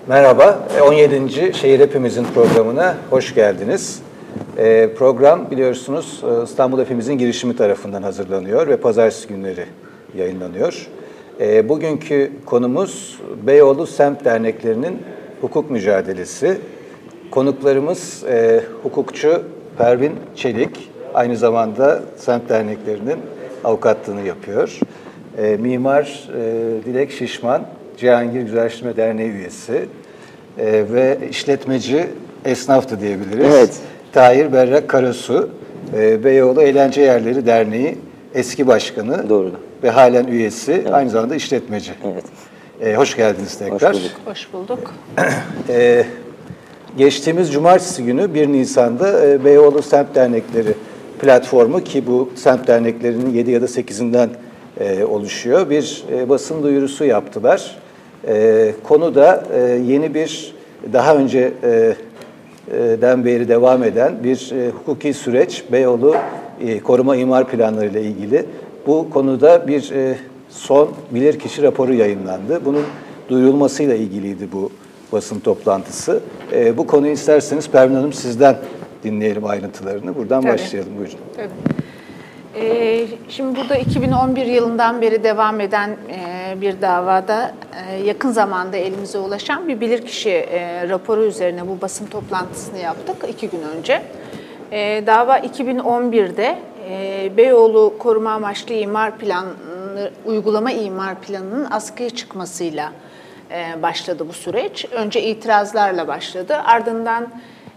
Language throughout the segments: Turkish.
Merhaba, 17. Şehir Hepimizin programına hoş geldiniz. Program biliyorsunuz İstanbul Hepimizin girişimi tarafından hazırlanıyor ve pazartesi günleri yayınlanıyor. Bugünkü konumuz Beyoğlu Semt Derneklerinin hukuk mücadelesi. Konuklarımız hukukçu Pervin Çelik, aynı zamanda Semt Derneklerinin avukatlığını yapıyor. Mimar Dilek Şişman, Cihangir Güzelleştirme Derneği üyesi ve işletmeci, esnaftı diyebiliriz. Evet. Tahir Berrak Karasu, Beyoğlu Eğlence Yerleri Derneği eski başkanı. Doğru. Ve halen üyesi, evet. Aynı zamanda işletmeci. Evet. Hoş geldiniz tekrar. Hoş bulduk. Hoş bulduk. Geçtiğimiz cumartesi günü 1 Nisan'da Beyoğlu Semt Dernekleri platformu, ki bu semt derneklerinin 7 ya da 8'inden oluşuyor, bir basın duyurusu yaptılar. Konu da yeni bir, daha önceden beri devam eden bir hukuki süreç, Beyoğlu koruma imar planları ile ilgili. Bu konuda bir son bilirkişi raporu yayınlandı. Bunun duyurulmasıyla ilgiliydi bu basın toplantısı. Bu konuyu isterseniz Pervin Hanım sizden dinleyelim ayrıntılarını. Buradan Tabii. Başlayalım. Buyurun. Tabii. Şimdi burada 2011 yılından beri devam eden bir davada yakın zamanda elimize ulaşan bir bilirkişi raporu üzerine bu basın toplantısını yaptık 2 gün önce. Dava 2011'de Beyoğlu koruma amaçlı imar planı, uygulama imar planının askıya çıkmasıyla başladı bu süreç. Önce itirazlarla başladı, ardından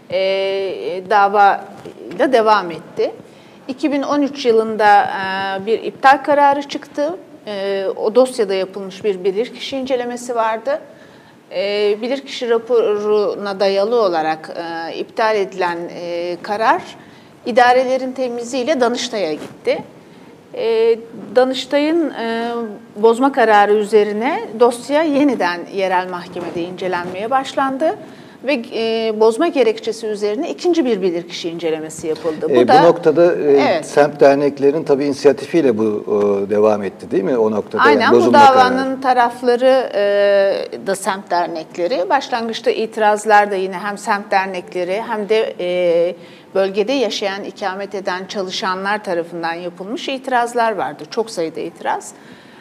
davayla devam etti. 2013 yılında bir iptal kararı çıktı. O dosyada yapılmış bir bilirkişi incelemesi vardı. Bilirkişi raporuna dayalı olarak iptal edilen karar idarelerin temyiziyle Danıştay'a gitti. Danıştay'ın bozma kararı üzerine dosya yeniden yerel mahkemede incelenmeye başlandı. Ve bozma gerekçesi üzerine ikinci bir bilirkişi incelemesi yapıldı. Bu noktada evet. Semt derneklerin tabii inisiyatifiyle bu devam etti değil mi o noktada? Aynen, yani bu davanın tarafları da semt dernekleri. Başlangıçta itirazlar da yine hem semt dernekleri hem de bölgede yaşayan, ikamet eden çalışanlar tarafından yapılmış itirazlar vardı. Çok sayıda itiraz.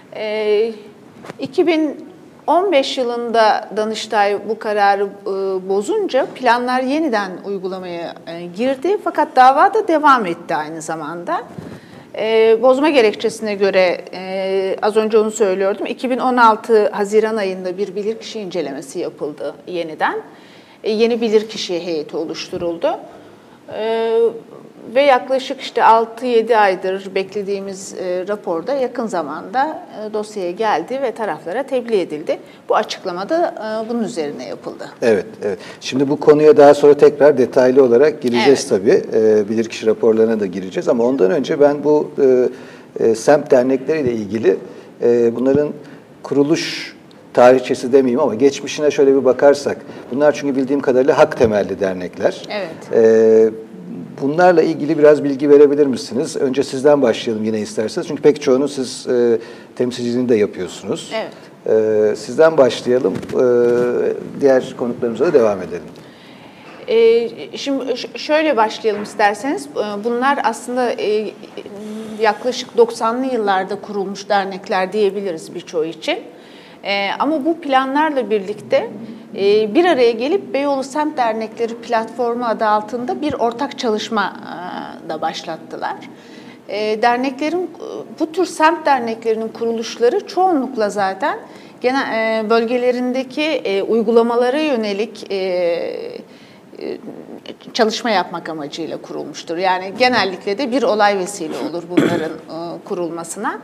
2015 yılında Danıştay bu kararı bozunca planlar yeniden uygulamaya girdi. Fakat dava da devam etti aynı zamanda. Bozma gerekçesine göre az önce onu söylüyordum. 2016 Haziran ayında bir bilirkişi incelemesi yapıldı yeniden. Yeni bilirkişi heyeti oluşturuldu. Ve yaklaşık işte 6-7 aydır beklediğimiz raporda yakın zamanda dosyaya geldi ve taraflara tebliğ edildi. Bu açıklama da bunun üzerine yapıldı. Evet, evet. Şimdi bu konuya daha sonra tekrar detaylı olarak gireceğiz tabii. Bilirkişi raporlarına da gireceğiz ama ondan önce ben bu semt dernekleriyle ilgili bunların kuruluş tarihçesi demeyeyim ama geçmişine şöyle bir bakarsak, bunlar çünkü bildiğim kadarıyla hak temelli dernekler. Evet. Bunlarla ilgili biraz bilgi verebilir misiniz? Önce sizden başlayalım yine isterseniz. Çünkü pek çoğunu siz temsilciliğini de yapıyorsunuz. Evet. Sizden başlayalım. Diğer konuklarımıza da devam edelim. Şimdi şöyle başlayalım isterseniz. Bunlar aslında yaklaşık 90'lı yıllarda kurulmuş dernekler diyebiliriz birçoğu için. Ama bu planlarla birlikte bir araya gelip Beyoğlu Semt Dernekleri Platformu adı altında bir ortak çalışma da başlattılar. Derneklerin, bu tür semt derneklerinin kuruluşları çoğunlukla zaten bölgelerindeki uygulamalara yönelik çalışma yapmak amacıyla kurulmuştur. Yani genellikle de bir olay vesile olur bunların kurulmasına.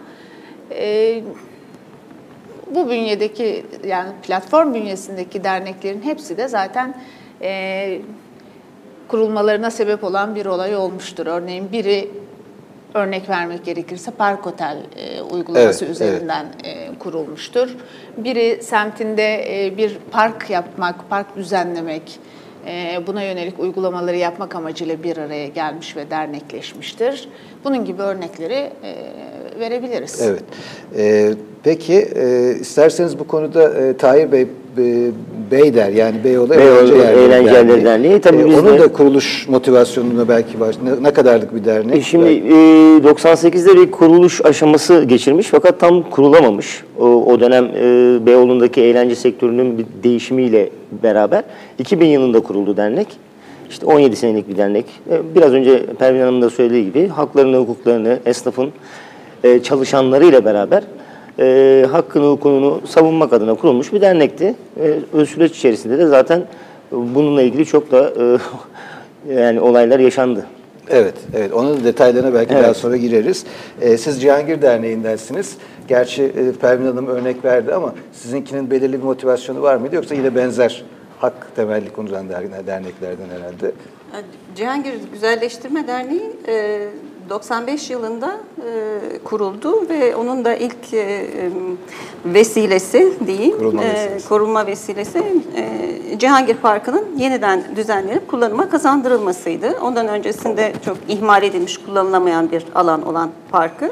Bu bünyedeki, yani platform bünyesindeki derneklerin hepsi de zaten kurulmalarına sebep olan bir olay olmuştur. Örneğin biri, örnek vermek gerekirse, Park Otel uygulaması üzerinden kurulmuştur. Biri semtinde bir park yapmak, park düzenlemek, buna yönelik uygulamaları yapmak amacıyla bir araya gelmiş ve dernekleşmiştir. Bunun gibi örnekleri verebiliriz. Evet. Peki isterseniz bu konuda Tahir Bey BEYDER, yani Beyoğlu Beyoğlu Eğlenceler Derneği. Tabii onun da kuruluş motivasyonuna belki ne kadarlık bir dernek? Şimdi 98'de bir kuruluş aşaması geçirmiş fakat tam kurulamamış. O dönem Beyoğlu'ndaki eğlence sektörünün bir değişimiyle beraber 2000 yılında kuruldu dernek. İşte 17 senelik bir dernek. Biraz önce Pervin Hanım'ın da söylediği gibi haklarını, hukuklarını, esnafın çalışanlarıyla beraber hakkını, hukukunu savunmak adına kurulmuş bir dernekti. O süreç içerisinde de zaten bununla ilgili çok da yani olaylar yaşandı. Evet, evet. Onun detaylarına belki daha sonra gireriz. Siz Cihangir Derneği'ndensiniz. Gerçi Pervin Hanım örnek verdi ama sizinkinin belirli bir motivasyonu var mıydı? Yoksa yine benzer hak temelli kurulan derneklerden herhalde? Cihangir Güzelleştirme Derneği 95 yılında kuruldu ve onun da ilk vesilesi diyeyim, korunma vesilesi Cihangir Parkı'nın yeniden düzenlenip kullanıma kazandırılmasıydı. Ondan öncesinde çok ihmal edilmiş, kullanılamayan bir alan olan parkı.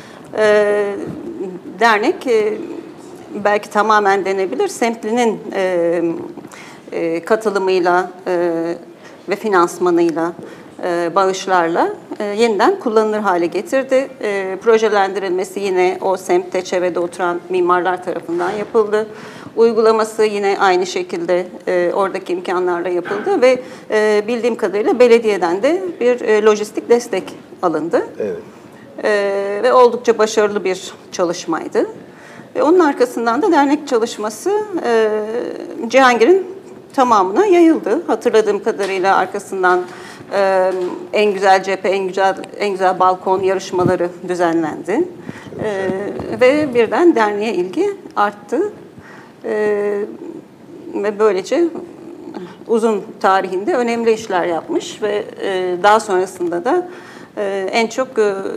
Dernek belki tamamen denebilir, semtlinin katılımıyla ve finansmanıyla, bağışlarla yeniden kullanılır hale getirdi. Projelendirilmesi yine o semtte, çevrede oturan mimarlar tarafından yapıldı. Uygulaması yine aynı şekilde oradaki imkanlarla yapıldı ve bildiğim kadarıyla belediyeden de bir lojistik destek alındı. Evet. Ve oldukça başarılı bir çalışmaydı. Ve onun arkasından da dernek çalışması Cihangir'in tamamına yayıldı. Hatırladığım kadarıyla arkasından en güzel cephe, en güzel balkon yarışmaları düzenlendi. Ve birden derneğe ilgi arttı. Ve böylece uzun tarihinde önemli işler yapmış ve daha sonrasında da en çok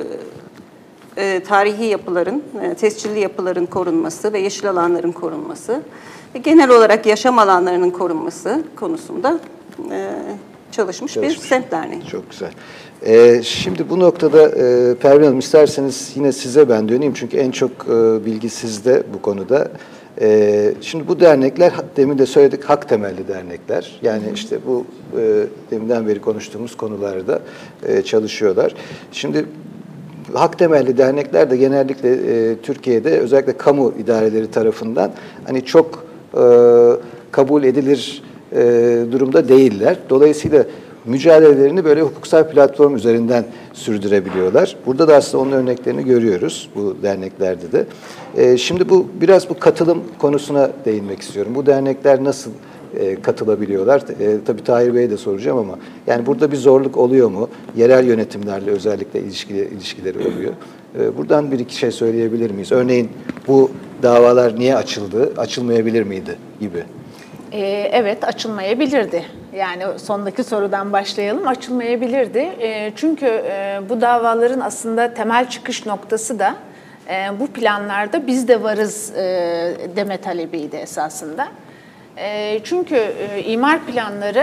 tarihi yapıların, tescilli yapıların korunması ve yeşil alanların korunması, genel olarak yaşam alanlarının korunması konusunda çalışmış bir semt derneği. Çok güzel. Şimdi bu noktada Pervin Hanım, isterseniz yine size ben döneyim çünkü en çok bilgi sizde bu konuda. Şimdi bu dernekler, demin de söyledik, hak temelli dernekler. Yani işte bu deminden beri konuştuğumuz konularda çalışıyorlar. Şimdi hak temelli dernekler de genellikle Türkiye'de özellikle kamu idareleri tarafından hani çok kabul edilir durumda değiller. Dolayısıyla mücadelelerini böyle hukuksal platform üzerinden sürdürebiliyorlar. Burada da aslında onun örneklerini görüyoruz bu derneklerde de. Şimdi biraz bu katılım konusuna değinmek istiyorum. Bu dernekler nasıl katılabiliyorlar? Tabii Tahir Bey'e de soracağım ama yani burada bir zorluk oluyor mu? Yerel yönetimlerle özellikle ilişkileri oluyor. Buradan bir iki şey söyleyebilir miyiz? Örneğin bu davalar niye açıldı? Açılmayabilir miydi gibi? Evet, açılmayabilirdi. Yani sondaki sorudan başlayalım. Açılmayabilirdi. Çünkü bu davaların aslında temel çıkış noktası da bu planlarda biz de varız deme talebiydi esasında. Çünkü imar planları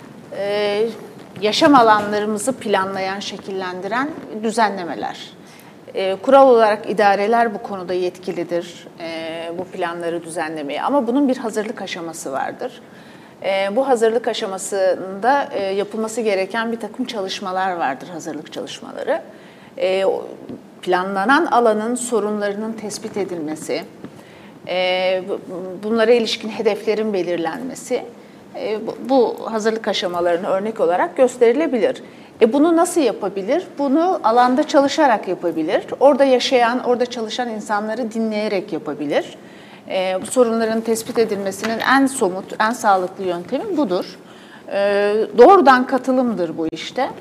yaşam alanlarımızı planlayan, şekillendiren düzenlemeler. Kural olarak idareler bu konuda yetkilidir, bu planları düzenlemeye. Ama bunun bir hazırlık aşaması vardır. Bu hazırlık aşamasında yapılması gereken bir takım çalışmalar vardır, hazırlık çalışmaları. Planlanan alanın sorunlarının tespit edilmesi, bunlara ilişkin hedeflerin belirlenmesi, bu hazırlık aşamalarını örnek olarak gösterilebilir. Bunu nasıl yapabilir? Bunu alanda çalışarak yapabilir. Orada yaşayan, orada çalışan insanları dinleyerek yapabilir. Bu sorunların tespit edilmesinin en somut, en sağlıklı yöntemi budur. Doğrudan katılımdır bu işte.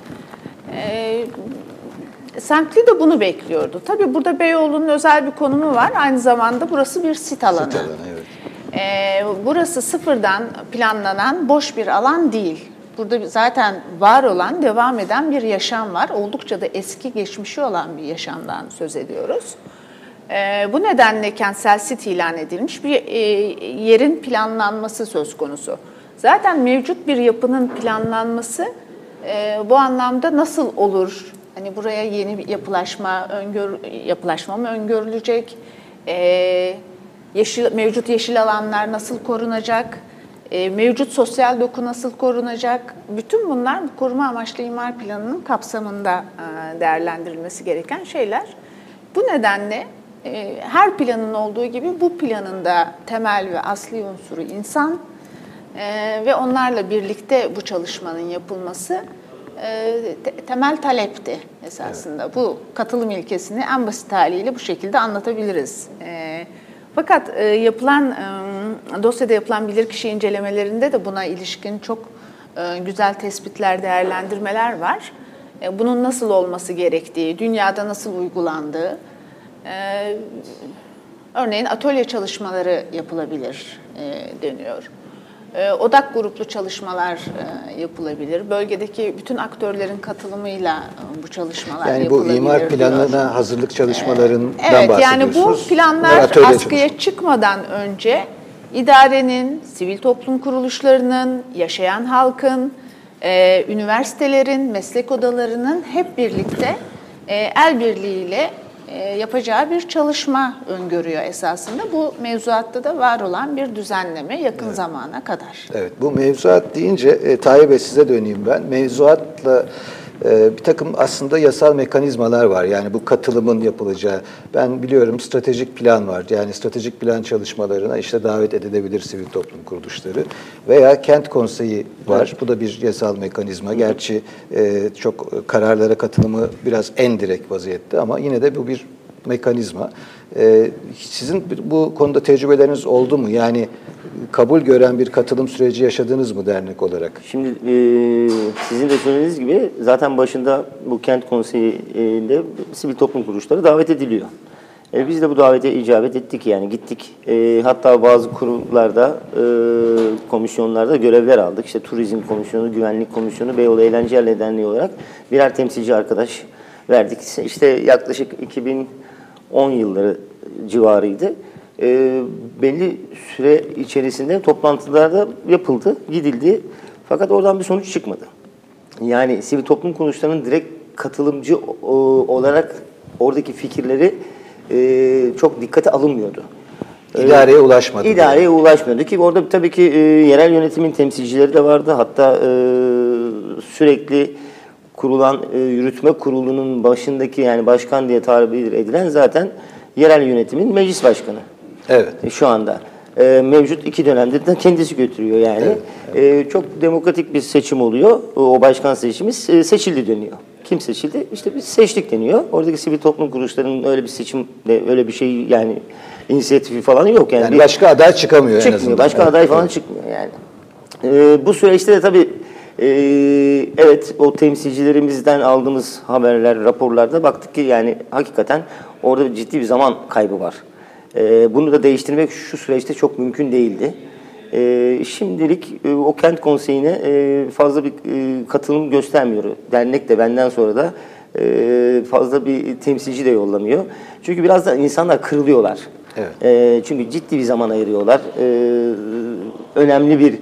Semtli de bunu bekliyordu. Tabii burada Beyoğlu'nun özel bir konumu var. Aynı zamanda burası bir sit alanı. Sit alanı, evet. Burası sıfırdan planlanan boş bir alan değil. Burada zaten var olan, devam eden bir yaşam var. Oldukça da eski geçmişi olan bir yaşamdan söz ediyoruz. Bu nedenle kentsel sit ilan edilmiş bir yerin planlanması söz konusu. Zaten mevcut bir yapının planlanması bu anlamda nasıl olur? Hani buraya yeni bir yapılaşma mı öngörülecek? Mevcut yeşil alanlar nasıl korunacak? Mevcut sosyal doku nasıl korunacak? Bütün bunlar koruma amaçlı imar planının kapsamında değerlendirilmesi gereken şeyler. Bu nedenle her planın olduğu gibi bu planın da temel ve asli unsuru insan ve onlarla birlikte bu çalışmanın yapılması temel talepti esasında. Evet. Bu katılım ilkesini en basit haliyle bu şekilde anlatabiliriz. Fakat dosyada yapılan bilirkişi incelemelerinde de buna ilişkin çok güzel tespitler, değerlendirmeler var. Bunun nasıl olması gerektiği, dünyada nasıl uygulandığı, örneğin atölye çalışmaları yapılabilir deniyor. Odak gruplu çalışmalar yapılabilir. Bölgedeki bütün aktörlerin katılımıyla bu çalışmalar yapılabilir. Yani bu imar planına hazırlık çalışmalarından evet, bahsediyorsunuz. Yani bu planlar askıya çıkmadan önce idarenin, sivil toplum kuruluşlarının, yaşayan halkın, üniversitelerin, meslek odalarının hep birlikte el birliğiyle yapacağı bir çalışma öngörüyor esasında. Bu mevzuatta da var olan bir düzenleme yakın zamana kadar. Evet, bu mevzuat deyince Tahir Bey size döneyim ben. Mevzuatla bir takım aslında yasal mekanizmalar var. Yani bu katılımın yapılacağı. Ben biliyorum stratejik plan var. Yani stratejik plan çalışmalarına işte davet edilebilir sivil toplum kuruluşları veya kent konseyi var. Evet. Bu da bir yasal mekanizma. Gerçi çok kararlara katılımı biraz en direkt vaziyette ama yine de bu bir mekanizma. Sizin bu konuda tecrübeleriniz oldu mu? Yani kabul gören bir katılım süreci yaşadınız mı dernek olarak? Şimdi sizin de söylediğiniz gibi zaten başında bu kent konseyiyle sivil toplum kuruluşları davet ediliyor. Biz de bu davete icabet ettik, yani gittik. Hatta bazı kurullarda, komisyonlarda görevler aldık. İşte Turizm Komisyonu, Güvenlik Komisyonu, Beyoğlu Eğlence Yerleri Derneği olarak birer temsilci arkadaş verdik. İşte yaklaşık 2010 yılları civarıydı. Belli süre içerisinde toplantılarda yapıldı, gidildi. Fakat oradan bir sonuç çıkmadı. Yani sivil toplum kuruluşlarının direkt katılımcı olarak oradaki fikirleri çok dikkate alınmıyordu. İdareye ulaşmadı. İdareye ulaşmıyordu ki orada tabii ki yerel yönetimin temsilcileri de vardı. Hatta sürekli kurulan yürütme kurulunun başındaki, yani başkan diye tabir edilen zaten yerel yönetimin meclis başkanı. Evet. Şu anda. Mevcut 2 dönemde de kendisi götürüyor yani. Evet, evet. Çok demokratik bir seçim oluyor. O başkan seçimi seçildi deniyor. Kim seçildi? İşte biz seçtik deniyor. Oradaki sivil toplum kuruluşlarının öyle bir seçimde öyle bir şey, yani inisiyatifi falan yok. Yani başka aday çıkamıyor en azından. Başka aday falan çıkmıyor yani. Bu süreçte de tabii evet, o temsilcilerimizden aldığımız haberler, raporlarda baktık ki yani hakikaten orada ciddi bir zaman kaybı var. Bunu da değiştirmek şu süreçte çok mümkün değildi. Şimdilik o kent konseyine fazla bir katılım göstermiyor. Dernek de benden sonra da fazla bir temsilci de yollamıyor. Çünkü biraz da insanlar kırılıyorlar. Evet. Çünkü ciddi bir zaman ayırıyorlar. Önemli bir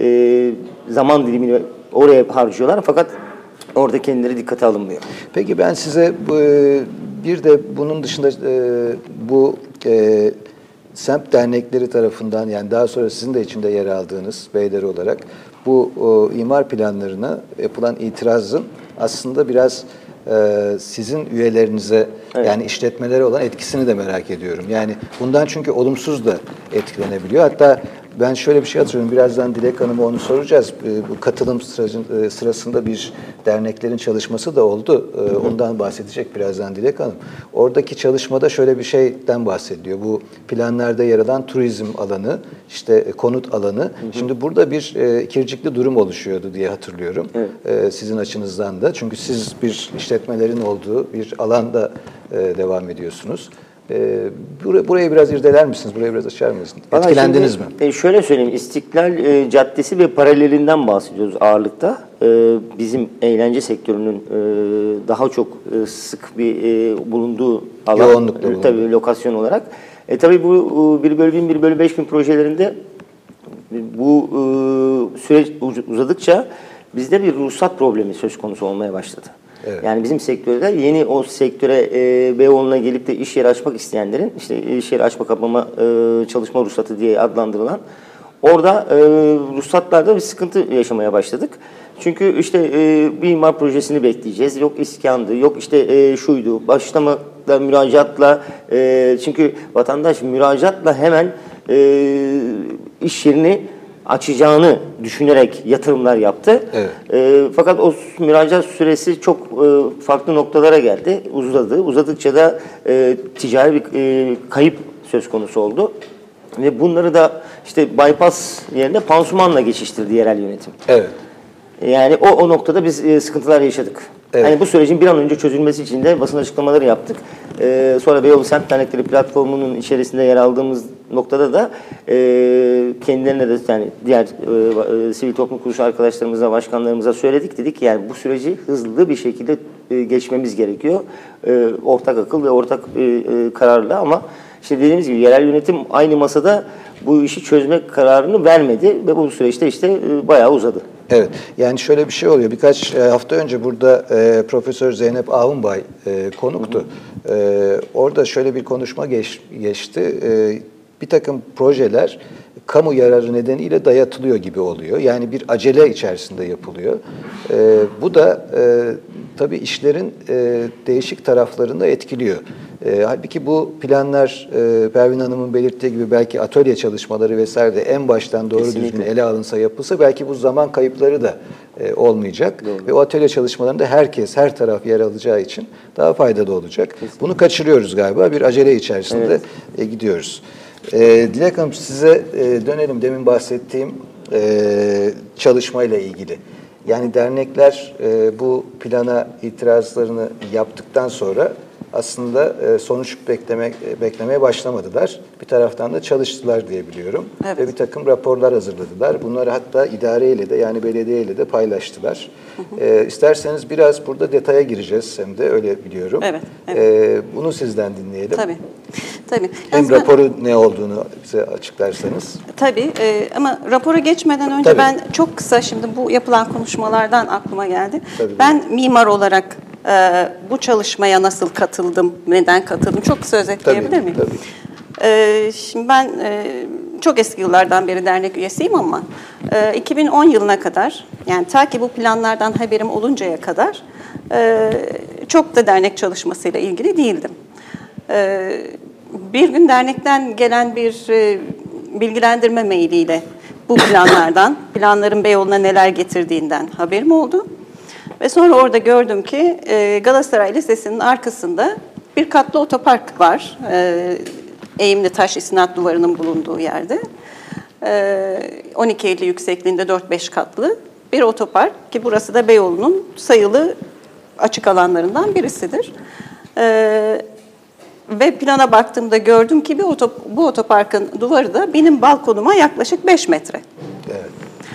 zaman dilimini oraya harcıyorlar fakat orada kendileri dikkate alınmıyor. Peki ben size bir de bunun dışında bu semt dernekleri tarafından, yani daha sonra sizin de içinde yer aldığınız beyler olarak bu imar planlarına yapılan itirazın aslında biraz sizin üyelerinize, evet, yani işletmelere olan etkisini de merak ediyorum. Yani bundan çünkü olumsuz da etkilenebiliyor. Hatta ben şöyle bir şey hatırlıyorum. Birazdan Dilek Hanım'a onu soracağız. Bu katılım sırasında bir derneklerin çalışması da oldu. Ondan bahsedecek birazdan Dilek Hanım. Oradaki çalışmada şöyle bir şeyden bahsediliyor. Bu planlarda yer alan turizm alanı, işte konut alanı. Şimdi burada bir ikircikli durum oluşuyordu diye hatırlıyorum. Evet. Sizin açınızdan da. Çünkü siz bir işletmelerin olduğu bir alanda devam ediyorsunuz. Burayı biraz irdeler misiniz? Burayı biraz açar mısınız? Etkilendiniz mi? Şöyle söyleyeyim, İstiklal Caddesi ve paralelinden bahsediyoruz ağırlıkta. Bizim eğlence sektörünün daha çok sık bir bulunduğu alan. Yoğunlukta tabii lokasyon olarak. Tabii bu 1/1000, 1/5000 projelerinde bu süreç uzadıkça bizde bir ruhsat problemi söz konusu olmaya başladı. Evet. Yani bizim sektörde yeni o sektöre Beyoğlu'na gelip de iş yeri açmak isteyenlerin, işte iş yeri açma kapama çalışma ruhsatı diye adlandırılan orada ruhsatlarda bir sıkıntı yaşamaya başladık. Çünkü işte bir imar projesini bekleyeceğiz. Yok iskandı, yok işte şuydu. Başlamakla, müracaatla, çünkü vatandaş müracaatla hemen iş yerini açacağını düşünerek yatırımlar yaptı. Evet. Fakat o müracaat süresi çok farklı noktalara geldi. Uzadı. Uzadıkça da ticari bir kayıp söz konusu oldu. Ve bunları da işte bypass yerine pansumanla geçiştirdi yerel yönetim. Evet. Yani o noktada biz sıkıntılar yaşadık. Evet. Yani bu sürecin bir an önce çözülmesi için de basın açıklamaları yaptık. Sonra Beyoğlu Semt Dernekleri platformunun içerisinde yer aldığımız noktada da kendilerine de yani diğer sivil toplum kuruluşu arkadaşlarımıza, başkanlarımıza söyledik. Dedik ki yani bu süreci hızlı bir şekilde geçmemiz gerekiyor. Ortak akıl ve ortak kararla, ama işte dediğimiz gibi yerel yönetim aynı masada bu işi çözmek kararını vermedi ve bu süreçte işte bayağı uzadı. Evet, yani şöyle bir şey oluyor. Birkaç hafta önce burada Profesör Zeynep Ağunbay konuktu. Orada şöyle bir konuşma geçti. Bir takım projeler kamu yararı nedeniyle dayatılıyor gibi oluyor. Yani bir acele içerisinde yapılıyor. Bu da tabii işlerin değişik taraflarını da etkiliyor. Halbuki bu planlar Pervin Hanım'ın belirttiği gibi belki atölye çalışmaları vesaire de en baştan doğru düzgün ele alınsa, yapılsa belki bu zaman kayıpları da olmayacak. Doğru. Ve o atölye çalışmalarında herkes, her taraf yer alacağı için daha faydalı olacak. Kesinlikle. Bunu kaçırıyoruz galiba. Bir acele içerisinde gidiyoruz. Dilek Hanım, size dönelim. Demin bahsettiğim çalışmayla ilgili. Yani dernekler bu plana itirazlarını yaptıktan sonra aslında sonuç beklemeye başlamadılar. Bir taraftan da çalıştılar diye biliyorum. Evet. Ve bir takım raporlar hazırladılar. Bunları hatta idareyle de, yani belediyeyle de paylaştılar. İsterseniz biraz burada detaya gireceğiz, hem de öyle biliyorum. Evet, evet. Bunu sizden dinleyelim. Tabii. Tabii. Hem raporu ne olduğunu bize açıklarsanız. Tabii, ama rapora geçmeden önce ben çok kısa, şimdi bu yapılan konuşmalardan aklıma geldi. Tabii, ben mimar olarak bu çalışmaya nasıl katıldım, neden katıldım, çok kısa özetleyebilir miyim? Tabii. Şimdi ben çok eski yıllardan beri dernek üyesiyim ama 2010 yılına kadar, yani ta ki bu planlardan haberim oluncaya kadar çok da dernek çalışmasıyla ilgili değildim. Bir gün dernekten gelen bir bilgilendirme mailiyle bu planlardan, planların Beyoğlu'na neler getirdiğinden haberim oldu. Ve sonra orada gördüm ki Galatasaray Lisesi'nin arkasında bir katlı otopark var. Eğimli taş istinat duvarının bulunduğu yerde. 12 Eylül yüksekliğinde 4-5 katlı bir otopark, ki burası da Beyoğlu'nun sayılı açık alanlarından birisidir. Ve plana baktığımda gördüm ki bu otoparkın duvarı da benim balkonuma yaklaşık 5 metre. Evet.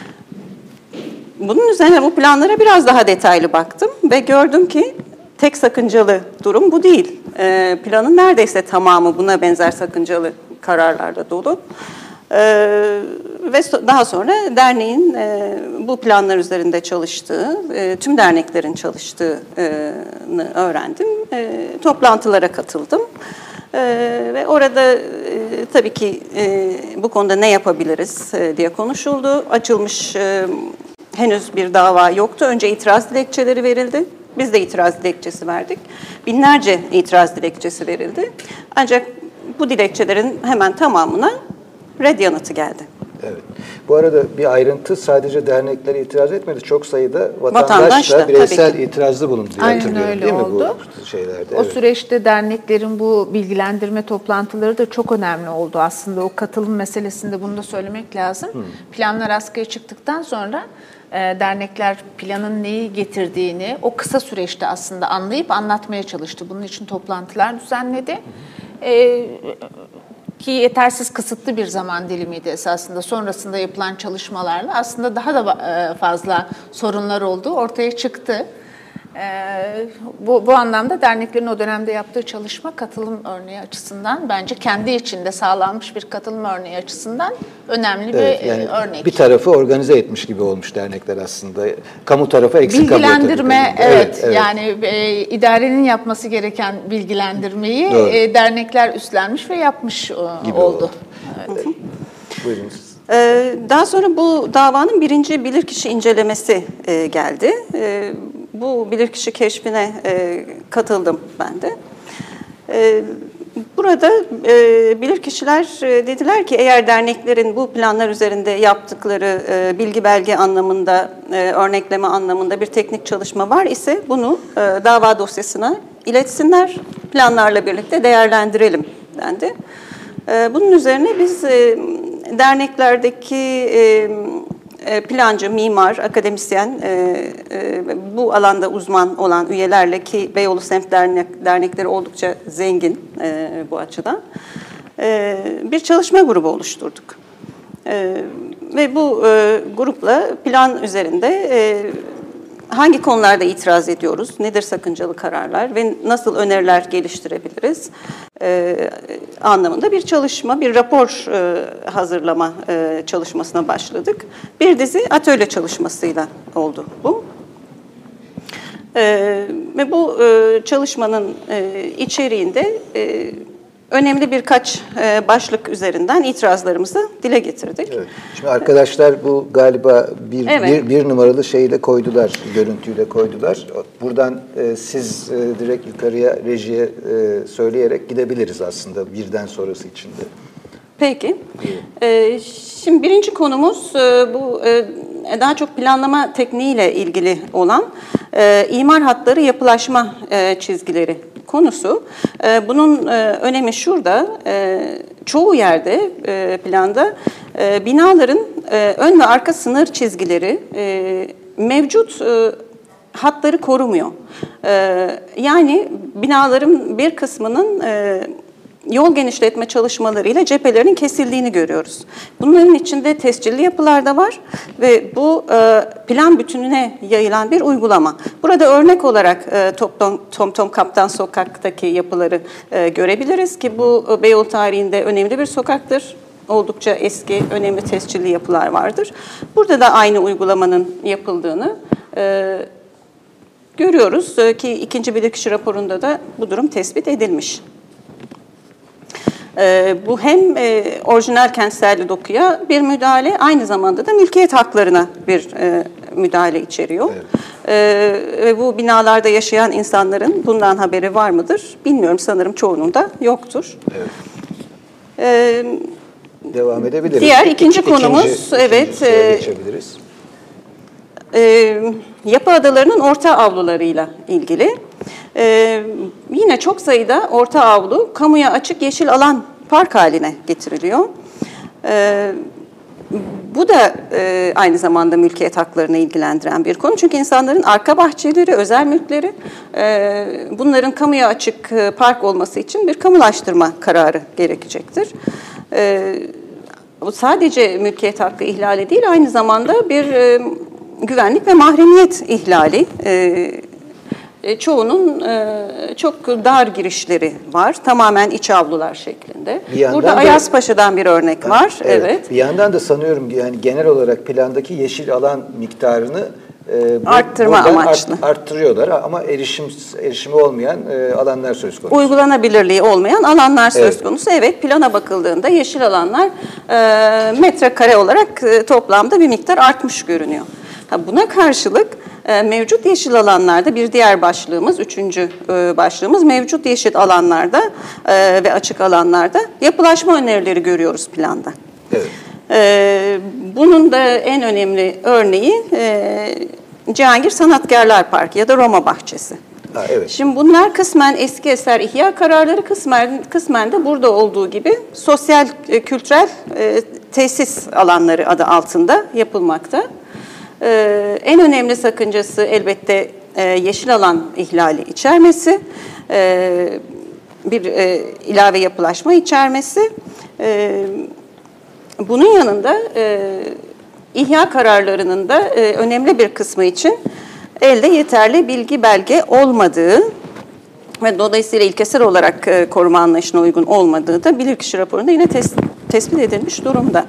Bunun üzerine bu planlara biraz daha detaylı baktım ve gördüm ki tek sakıncalı durum bu değil. Planın neredeyse tamamı buna benzer sakıncalı kararlarla dolu. Ve daha sonra derneğin bu planlar üzerinde çalıştığı, tüm derneklerin çalıştığını öğrendim. Toplantılara katıldım. Ve orada tabii ki bu konuda ne yapabiliriz diye konuşuldu. Açılmış henüz bir dava yoktu. Önce itiraz dilekçeleri verildi. Biz de itiraz dilekçesi verdik. Binlerce itiraz dilekçesi verildi. Ancak bu dilekçelerin hemen tamamına red yanıtı geldi. Evet. Bu arada bir ayrıntı, sadece dernekler itiraz etmedi. Çok sayıda vatandaş da bireysel itirazda bulundu diye hatırlıyorum. Aynen öyle değil oldu. Mi bu şeylerde? O süreçte derneklerin bu bilgilendirme toplantıları da çok önemli oldu aslında. O katılım meselesinde bunu da söylemek lazım. Planlar askıya çıktıktan sonra dernekler planın neyi getirdiğini o kısa süreçte aslında anlayıp anlatmaya çalıştı. Bunun için toplantılar düzenledi. Ki yetersiz, kısıtlı bir zaman dilimiydi esasında. Sonrasında yapılan çalışmalarla aslında daha da fazla sorunlar olduğu ortaya çıktı. Bu anlamda derneklerin o dönemde yaptığı çalışma katılım örneği açısından, bence kendi içinde sağlanmış bir katılım örneği açısından önemli bir yani örnek. Bir tarafı organize etmiş gibi olmuş dernekler aslında. Kamu tarafı eksik kalıyor. Bilgilendirme, evet. Yani idarenin yapması gereken bilgilendirmeyi dernekler üstlenmiş ve yapmış oldu. Evet. Buyurunuz. Daha sonra bu davanın birinci bilirkişi incelemesi geldi. Bu bilirkişi keşfine katıldım ben de. Burada bilirkişiler dediler ki eğer derneklerin bu planlar üzerinde yaptıkları bilgi belge anlamında, örnekleme anlamında bir teknik çalışma var ise bunu dava dosyasına iletsinler, planlarla birlikte değerlendirelim dendi. Bunun üzerine biz derneklerdeki plancı, mimar, akademisyen, bu alanda uzman olan üyelerle ki Beyoğlu Semt Dernekleri oldukça zengin bu açıdan bir çalışma grubu oluşturduk. Ve bu grupla plan üzerinde hangi konularda itiraz ediyoruz, nedir sakıncalı kararlar ve nasıl öneriler geliştirebiliriz anlamında bir çalışma, bir rapor hazırlama çalışmasına başladık. Bir dizi atölye çalışmasıyla oldu bu. Ve bu çalışmanın içeriğinde önemli birkaç başlık üzerinden itirazlarımızı dile getirdik. Evet. Şimdi arkadaşlar bu galiba Evet. bir numaralı şeyi de koydular, görüntüyle koydular. Buradan siz direkt yukarıya rejiye söyleyerek gidebiliriz aslında birden sonrası içinde. Peki. Şimdi birinci konumuz bu daha çok planlama tekniğiyle ilgili olan imar hatları, yapılaşma çizgileri konusu. Bunun önemi şurada. Çoğu yerde planda binaların ön ve arka sınır çizgileri mevcut hatları korumuyor. Yani binaların bir kısmının yol genişletme çalışmalarıyla cephelerinin kesildiğini görüyoruz. Bunların içinde tescilli yapılar da var ve bu plan bütününe yayılan bir uygulama. Burada örnek olarak TomTom Kaptan Sokak'taki yapıları görebiliriz ki bu Beyoğlu tarihinde önemli bir sokaktır. Oldukça eski, önemli tescilli yapılar vardır. Burada da aynı uygulamanın yapıldığını görüyoruz ki ikinci bilirkişi raporunda da bu durum tespit edilmiş. Bu hem orijinal kentsel dokuya bir müdahale, aynı zamanda da mülkiyet haklarına bir müdahale içeriyor. Evet. Ve bu binalarda yaşayan insanların bundan haberi var mıdır? Bilmiyorum, sanırım çoğunun da yoktur. Evet. Devam edebiliriz. Diğer ikinci konumuz, evet. Geçebiliriz. Yapı adalarının orta avlularıyla ilgili. Yine çok sayıda orta avlu kamuya açık yeşil alan park haline getiriliyor. Bu da aynı zamanda mülkiyet haklarını ilgilendiren bir konu. Çünkü insanların arka bahçeleri, özel mülkleri, bunların kamuya açık park olması için bir kamulaştırma kararı gerekecektir. Bu sadece mülkiyet hakkı ihlali değil, aynı zamanda bir güvenlik ve mahremiyet ihlali. Çoğunun çok dar girişleri var. Tamamen iç avlular şeklinde. Burada Ayazpaşa'dan bir örnek var. Evet. Bir yandan da sanıyorum yani genel olarak plandaki yeşil alan miktarını arttırma amaçlı. Arttırıyorlar ama erişimi olmayan alanlar söz konusu. Uygulanabilirliği olmayan alanlar söz konusu. Evet, plana bakıldığında yeşil alanlar metrekare olarak toplamda bir miktar artmış görünüyor. Buna karşılık mevcut yeşil alanlarda bir diğer başlığımız, üçüncü başlığımız mevcut yeşil alanlarda ve açık alanlarda yapılaşma önerileri görüyoruz planda. Evet. Bunun da en önemli örneği Cihangir Sanatkarlar Parkı ya da Roma Bahçesi. Evet. Şimdi bunlar kısmen eski eser ihya kararları, kısmen de burada olduğu gibi sosyal, kültürel tesis alanları adı altında yapılmakta. En önemli sakıncası elbette yeşil alan ihlali içermesi, bir ilave yapılaşma içermesi. Bunun yanında ihya kararlarının da önemli bir kısmı için elde yeterli bilgi belge olmadığı ve dolayısıyla ilkesel olarak koruma anlayışına uygun olmadığı da bilirkişi raporunda yine tespit edilmiş durumda.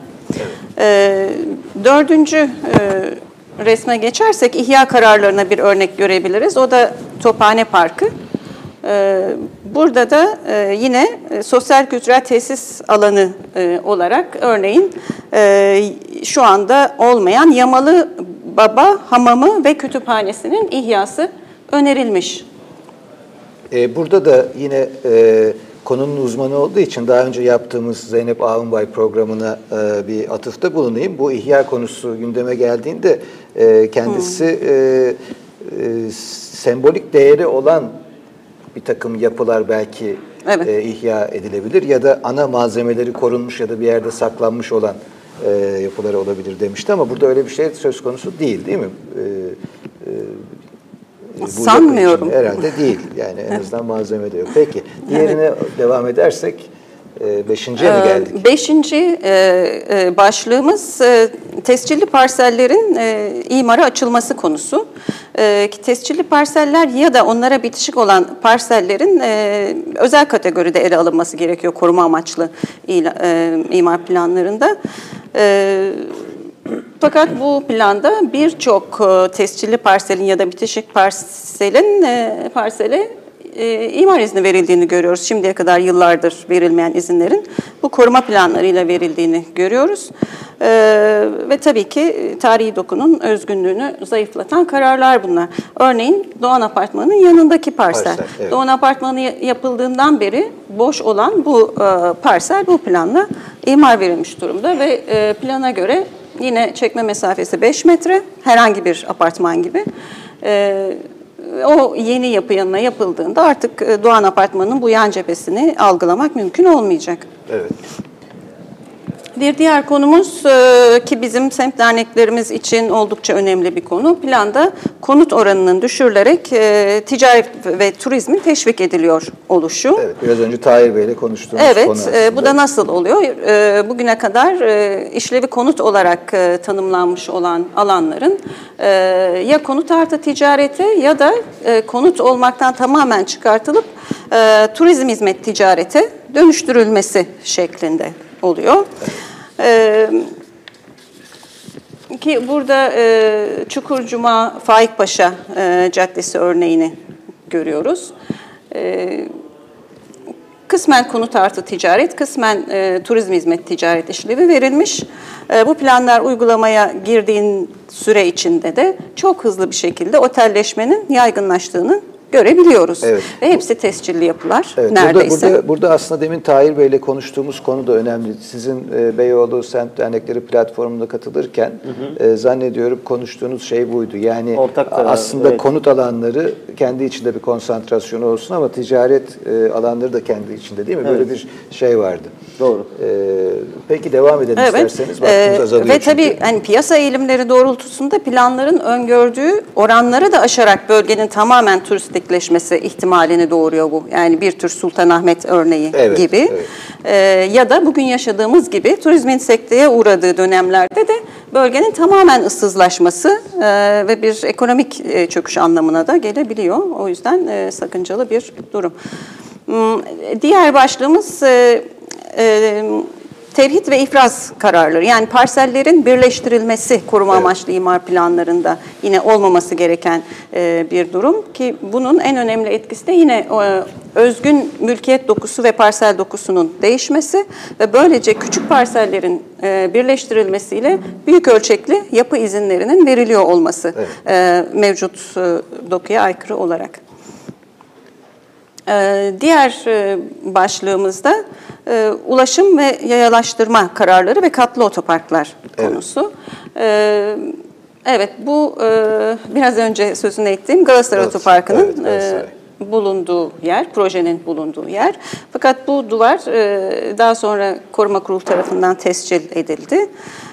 Dördüncü resme geçersek ihya kararlarına bir örnek görebiliriz. O da Tophane Parkı. Burada da yine sosyal kültürel tesis alanı olarak örneğin şu anda olmayan Yamalı Baba Hamamı ve Kütüphanesi'nin ihyası önerilmiş. Burada da yine konunun uzmanı olduğu için daha önce yaptığımız Zeynep Ağunbay programına bir atıfta bulunayım. Bu ihya konusu gündeme geldiğinde kendisi sembolik değeri olan bir takım yapılar belki ihya edilebilir ya da ana malzemeleri korunmuş ya da bir yerde saklanmış olan yapılar olabilir demişti ama burada öyle bir şey söz konusu değil mi? Sanmıyorum. Herhalde değil. Yani en azından malzeme de yok. Peki. Diğerine devam edersek beşinciye mi geldik? Beşinci başlığımız tescilli parsellerin imara açılması konusu. Tescilli parseller ya da onlara bitişik olan parsellerin özel kategoride ele alınması gerekiyor koruma amaçlı imar planlarında. Fakat bu planda birçok tescilli parselin ya da bitişik parsele imar izni verildiğini görüyoruz. Şimdiye kadar yıllardır verilmeyen izinlerin bu koruma planlarıyla verildiğini görüyoruz. Ve tabii ki tarihi dokunun özgünlüğünü zayıflatan kararlar bunlar. Örneğin Doğan Apartmanı'nın yanındaki parsel. Evet. Doğan Apartmanı yapıldığından beri boş olan bu parsel bu planla imar verilmiş durumda ve plana göre yine çekme mesafesi 5 metre, herhangi bir apartman gibi. O yeni yapı yanına yapıldığında artık Doğan Apartmanı'nın bu yan cephesini algılamak mümkün olmayacak. Evet. Bir diğer konumuz ki bizim semt derneklerimiz için oldukça önemli bir konu. Planda konut oranının düşürülerek ticaret ve turizmin teşvik ediliyor oluşu. Evet, biraz önce Tahir Bey'le konuştuğumuz konu aslında. Evet, bu da nasıl oluyor? Bugüne kadar işlevi konut olarak tanımlanmış olan alanların ya konut artı ticarete ya da konut olmaktan tamamen çıkartılıp turizm hizmet ticarete dönüştürülmesi şeklinde oluyor. Ki burada Çukurcuma Faikpaşa Caddesi örneğini görüyoruz. Kısmen konut artı ticaret, kısmen turizm hizmet ticaret işlevi verilmiş. Bu planlar uygulamaya girdiğin süre içinde de çok hızlı bir şekilde otelleşmenin yaygınlaştığını görebiliyoruz. Evet. Ve hepsi tescilli yapılar neredeyse. Burada aslında demin Tahir Bey'le konuştuğumuz konu da önemli. Sizin Beyoğlu Semt Dernekleri platformuna katılırken zannediyorum konuştuğunuz şey buydu. Yani aslında konut alanları kendi içinde bir konsantrasyonu olsun ama ticaret alanları da kendi içinde değil mi? Böyle bir şey vardı. Doğru. Peki devam edelim isterseniz. Vaktimiz azalıyor ve tabii hani piyasa eğilimleri doğrultusunda planların öngördüğü oranları da aşarak bölgenin tamamen turistikleşmesi ihtimalini doğuruyor bu. Yani bir tür Sultanahmet örneği gibi. Evet. Ya da bugün yaşadığımız gibi turizmin sekteye uğradığı dönemlerde de bölgenin tamamen ıssızlaşması ve bir ekonomik çöküş anlamına da gelebiliyor. O yüzden sakıncalı bir durum. Diğer başlığımız tevhid ve ifraz kararları, yani parsellerin birleştirilmesi koruma amaçlı imar planlarında yine olmaması gereken bir durum ki bunun en önemli etkisi de yine özgün mülkiyet dokusu ve parsel dokusunun değişmesi ve böylece küçük parsellerin birleştirilmesiyle büyük ölçekli yapı izinlerinin veriliyor olması mevcut dokuya aykırı olarak. Diğer başlığımızda ulaşım ve yayalaştırma kararları ve katlı otoparklar konusu. Evet, bu biraz önce sözünü ettiğim Galatasaray Otoparkı'nın bulunduğu yer, projenin bulunduğu yer. Fakat bu duvar daha sonra Koruma Kurulu tarafından tescil edildi.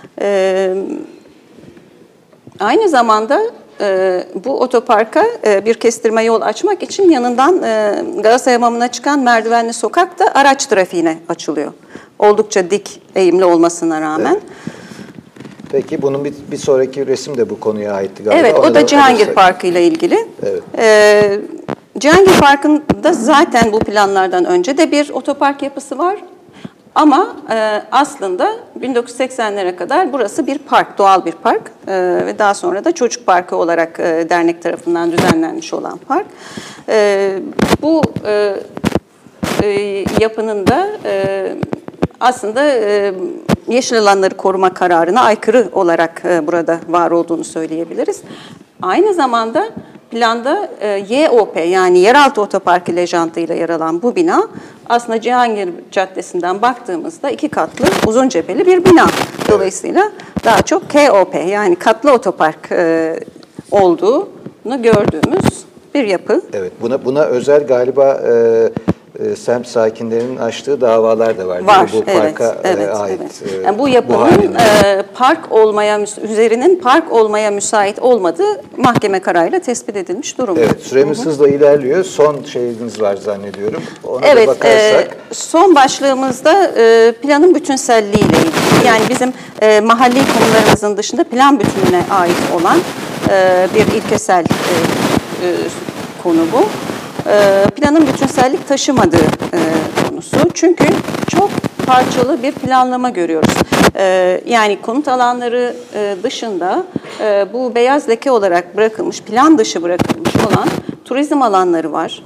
Aynı zamanda bu otoparka bir kestirme yol açmak için yanından Galatasaray Hamamı'na çıkan merdivenli sokak da araç trafiğine açılıyor. Oldukça dik eğimli olmasına rağmen. Evet. Peki bunun bir sonraki resim de bu konuya aitti galiba. Evet, o da Cihangir Parkı ile ilgili. Evet. Cihangir Parkı'nda zaten bu planlardan önce de bir otopark yapısı var. Ama aslında 1980'lere kadar burası bir park, doğal bir park ve daha sonra da çocuk parkı olarak dernek tarafından düzenlenmiş olan park. Bu yapının da aslında yeşil alanları koruma kararına aykırı olarak burada var olduğunu söyleyebiliriz. Aynı zamanda planda YOP yani Yeraltı Otoparkı lejantıyla yer alan bu bina aslında Cihangir Caddesi'nden baktığımızda 2 katlı uzun cepheli bir bina. Dolayısıyla daha çok KOP yani katlı otopark olduğunu gördüğümüz bir yapı. Evet, buna özel galiba semt sakinlerinin açtığı davalar da var. Var, bu parka ait. Evet. Yani bu yapının park olmaya üzerinin park olmaya müsait olmadığı mahkeme kararıyla tespit edilmiş durumda. Evet, süremiz hızla ilerliyor. Son şeyiniz var zannediyorum. Ona da Evet, bakarsak. son başlığımızda planın bütünselliği ile ilgili. Yani bizim mahalli konularımızın dışında plan bütününe ait olan bir ilkesel konu bu. Planın bütünsellik taşımadığı konusu. Çünkü çok parçalı bir planlama görüyoruz. Yani konut alanları dışında bu beyaz leke olarak bırakılmış, plan dışı bırakılmış olan turizm alanları var.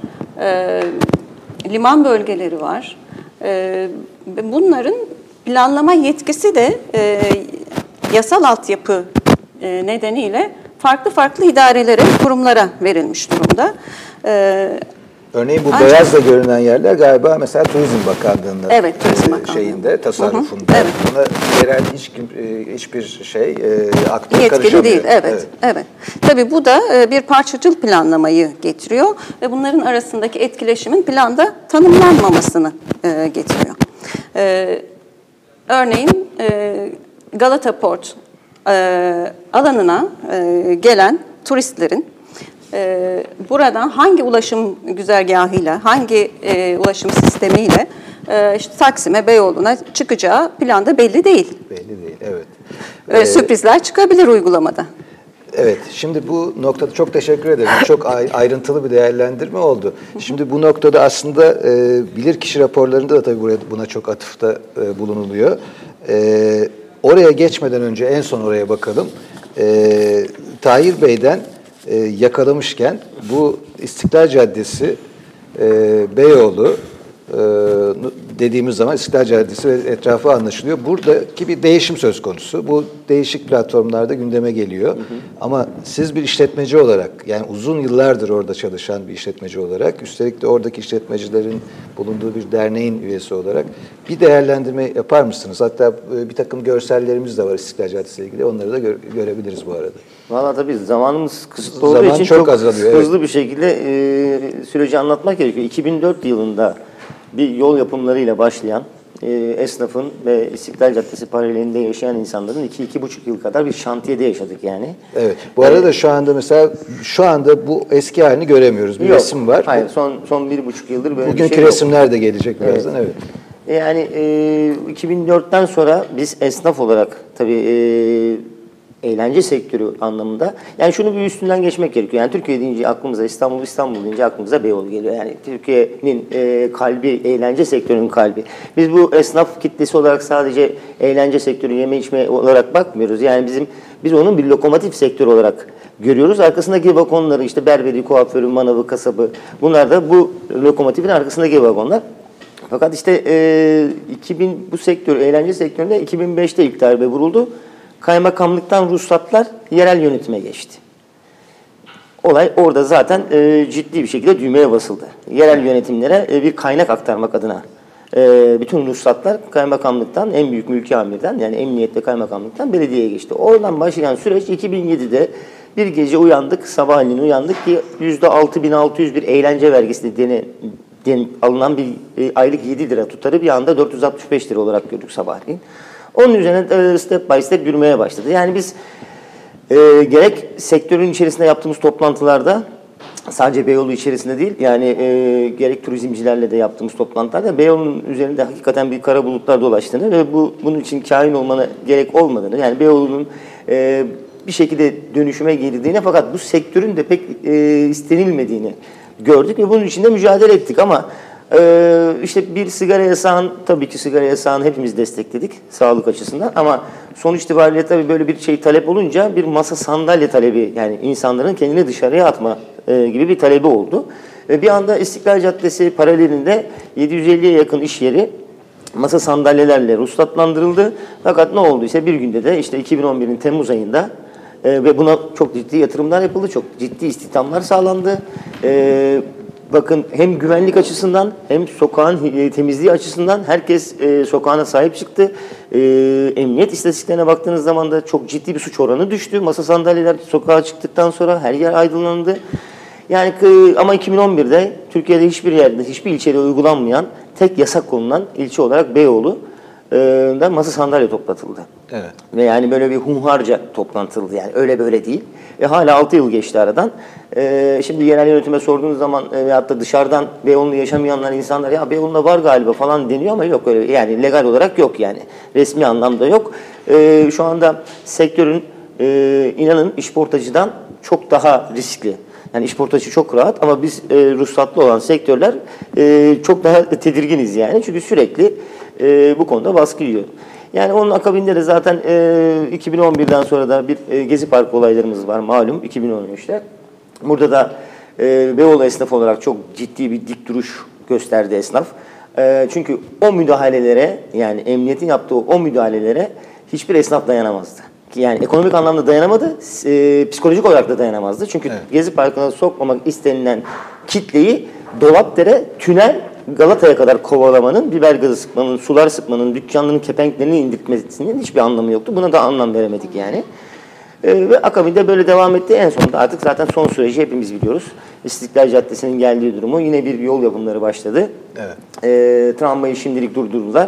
Liman bölgeleri var. Bunların planlama yetkisi de yasal altyapı nedeniyle farklı idarelere, kurumlara verilmiş durumda. Örneğin bu beyazla görünen yerler galiba mesela Turizm Bakanlığı'nın evet, Turizm Bakanlığı. Şeyinde, tasarrufunda. Evet. Buna yerel hiçbir şey aktör yetkili karışamıyor. değil, evet. Tabii bu da bir parçacıl planlamayı getiriyor ve bunların arasındaki etkileşimin planda tanımlanmamasını getiriyor. Örneğin Galata Port alanına gelen turistlerin buradan hangi ulaşım güzergahıyla, hangi ulaşım sistemiyle işte Taksim'e, Beyoğlu'na çıkacağı planda belli değil. Belli değil, evet. Sürprizler çıkabilir uygulamada. Evet, şimdi bu noktada çok teşekkür ederim. Çok ayrıntılı bir değerlendirme oldu. Şimdi bu noktada aslında bilirkişi raporlarında da tabii buna çok atıfta bulunuluyor. Oraya geçmeden önce en son oraya bakalım. Tahir Bey'den yakalamışken bu İstiklal Caddesi, Beyoğlu dediğimiz zaman İstiklal Caddesi ve etrafı anlaşılıyor. Buradaki bir değişim söz konusu. Bu değişik platformlarda gündeme geliyor. Ama siz bir işletmeci olarak, yani uzun yıllardır orada çalışan bir işletmeci olarak, üstelik de oradaki işletmecilerin bulunduğu bir derneğin üyesi olarak bir değerlendirme yapar mısınız? Hatta bir takım görsellerimiz de var İstiklal Caddesi ile ilgili. Onları da görebiliriz bu arada. Valla tabii zamanımız kısıtlı olduğu için çok azalıyor, hızlı bir şekilde süreci anlatmak gerekiyor. 2004 yılında bir yol yapımlarıyla başlayan esnafın ve İstiklal Caddesi paralelinde yaşayan insanların 2-2,5 yıl kadar bir şantiyede yaşadık yani. Evet. Bu arada şu anda mesela bu eski halini göremiyoruz. Bir resim var. Hayır, son 1,5 yıldır böyle bugünkü bir şey yok. resimler de gelecek birazdan. Evet. Yani 2004'ten sonra biz esnaf olarak tabii eğlence sektörü anlamında. Yani şunu bir üstünden geçmek gerekiyor. Yani Türkiye deyince aklımıza İstanbul deyince aklımıza Beyoğlu geliyor. Yani Türkiye'nin kalbi, eğlence sektörünün kalbi. Biz bu esnaf kitlesi olarak sadece eğlence sektörü, yeme içme olarak bakmıyoruz. Yani biz onun bir lokomotif sektörü olarak görüyoruz. Arkasındaki vagonları işte berberi, kuaförü, manavı, kasabı, bunlar da bu lokomotifin arkasındaki vagonlar. Fakat işte bu sektör, eğlence sektöründe 2005'te ilk darbe vuruldu. Kaymakamlıktan ruhsatlar yerel yönetime geçti. Olay orada zaten ciddi bir şekilde düğmeye basıldı. Yerel yönetimlere bir kaynak aktarmak adına bütün ruhsatlar kaymakamlıktan, en büyük mülki amirden, yani emniyet ve kaymakamlıktan belediyeye geçti. Oradan başlayan süreç 2007'de bir gece uyandık, sabahleyin uyandık ki %6.600 bir eğlence vergisi alınan bir aylık 7 lira tutarı bir anda 465 lira olarak gördük sabahleyin. Onun üzerine step by step yürümeye başladı. Yani biz gerek sektörün içerisinde yaptığımız toplantılarda, sadece Beyoğlu içerisinde değil, yani gerek turizmcilerle de yaptığımız toplantılarda Beyoğlu'nun üzerinde hakikaten bir kara bulutlar dolaştığını ve bunun için kain olmana gerek olmadığını, yani Beyoğlu'nun bir şekilde dönüşüme girdiğini fakat bu sektörün de pek istenilmediğini gördük ve bunun için de mücadele ettik ama işte bir sigara yasağın, tabii ki sigara yasağını hepimiz destekledik sağlık açısından ama sonuç itibariyle tabii böyle bir şey talep olunca bir masa sandalye talebi, yani insanların kendini dışarıya atma gibi bir talebi oldu. Ve bir anda İstiklal Caddesi paralelinde 750'ye yakın iş yeri masa sandalyelerle ruhsatlandırıldı. Fakat ne olduysa bir günde de işte 2011'in Temmuz ayında ve buna çok ciddi yatırımlar yapıldı, çok ciddi istihdamlar sağlandı. Bakın hem güvenlik açısından hem sokağın temizliği açısından herkes sokağına sahip çıktı. Emniyet istatistiklerine baktığınız zaman da çok ciddi bir suç oranı düştü. Masa sandalyeler sokağa çıktıktan sonra her yer aydınlandı. Yani ama 2011'de Türkiye'de hiçbir yerde, hiçbir ilçede uygulanmayan, tek yasak konulan ilçe olarak Beyoğlu'da masa sandalye toplatıldı. Evet. Ve yani böyle bir hunharca toplantıldı, yani öyle böyle değil. Hala 6 yıl geçti aradan. Şimdi yerel yönetime sorduğunuz zaman veyahut da dışarıdan Beyoğlu'nda yaşamayanlar, insanlar ya Beyoğlu'nda var galiba falan deniyor ama yok öyle, yani legal olarak yok, yani resmi anlamda yok. Şu anda sektörün inanın işportacıdan çok daha riskli. Yani işportacı çok rahat ama biz ruhsatlı olan sektörler çok daha tedirginiz yani. Çünkü sürekli bu konuda baskı yiyor. Yani onun akabinde de zaten 2011'den sonra da bir Gezi Parkı olaylarımız var malum 2013'te. Burada da Beyoğlu esnaf olarak çok ciddi bir dik duruş gösterdi esnaf. Çünkü o müdahalelere, yani emniyetin yaptığı o müdahalelere hiçbir esnaf dayanamazdı. Yani ekonomik anlamda dayanamadı, psikolojik olarak da dayanamazdı. Çünkü evet, Gezi Parkı'na sokmamak istenilen kitleyi Dolapdere, Tünel, Galata'ya kadar kovalamanın, biber gazı sıkmanın, sular sıkmanın, dükkanların kepenklerini indirtmesinin hiçbir anlamı yoktu. Buna da anlam veremedik yani. Ve akabinde böyle devam etti. En sonunda artık zaten son süreci hepimiz biliyoruz. İstiklal Caddesi'nin geldiği durumu, yine bir yol yapımları başladı. Evet. Tramvayı şimdilik durdurdular.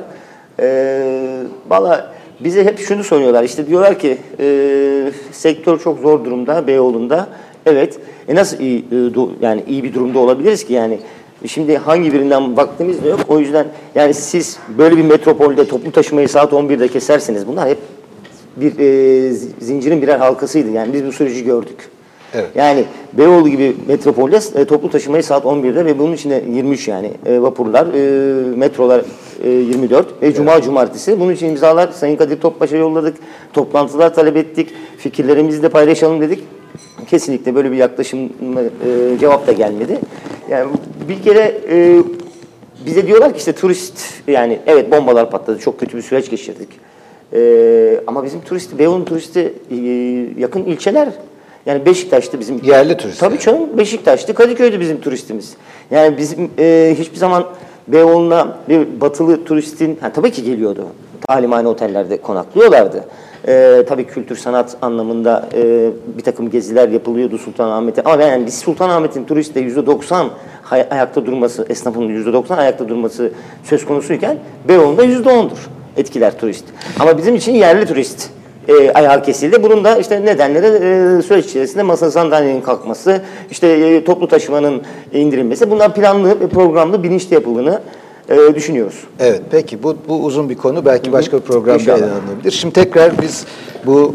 Valla bize hep şunu soruyorlar, işte diyorlar ki sektör çok zor durumda Beyoğlu'nda. Evet, nasıl yani iyi bir durumda olabiliriz ki yani? Şimdi hangi birinden vaktimiz de yok. O yüzden yani siz böyle bir metropolde toplu taşımayı saat 11'de keserseniz, bunlar hep bir zincirin birer halkasıydı. Yani biz bu süreci gördük. Evet. Yani Beyoğlu gibi metropolde toplu taşımayı saat 11'de ve bunun içinde 23 yani vapurlar, metrolar 24 ve cuma, evet, cumartesi. Bunun için imzalar Sayın Kadir Topbaş'a yolladık. Toplantılar talep ettik. Fikirlerimizi de paylaşalım dedik. Kesinlikle böyle bir yaklaşım cevap da gelmedi. Yani bir kere bize diyorlar ki işte turist, yani evet bombalar patladı, çok kötü bir süreç geçirdik. Ama bizim Beyoğlu'nun turisti yakın ilçeler. Yani Beşiktaş'tı bizim. Yerli turist. Tabii canım, Beşiktaş'tı, Kadıköy'dü bizim turistimiz. Yani bizim hiçbir zaman Beyoğlu'na bir batılı turistin, tabii ki geliyordu. Talimhane otellerde konaklıyorlardı. Tabii kültür sanat anlamında bir takım geziler yapılıyordu Sultanahmet'e. Ama yani biz Sultanahmet'in turistte %90 ayakta durması, esnafın %90 ayakta durması söz konusuyken Beyoğlu'nda %10'dur etkiler turist. Ama bizim için yerli turist ayağı kesildi. Bunun da işte nedenleri süreç içerisinde masa sandalyenin kalkması, işte toplu taşımanın indirilmesi. Bunlar planlı ve programlı, bilinçli yapıldığını düşünüyoruz. Evet, peki bu uzun bir konu. Belki başka bir programda ele alınabilir. Şimdi tekrar biz bu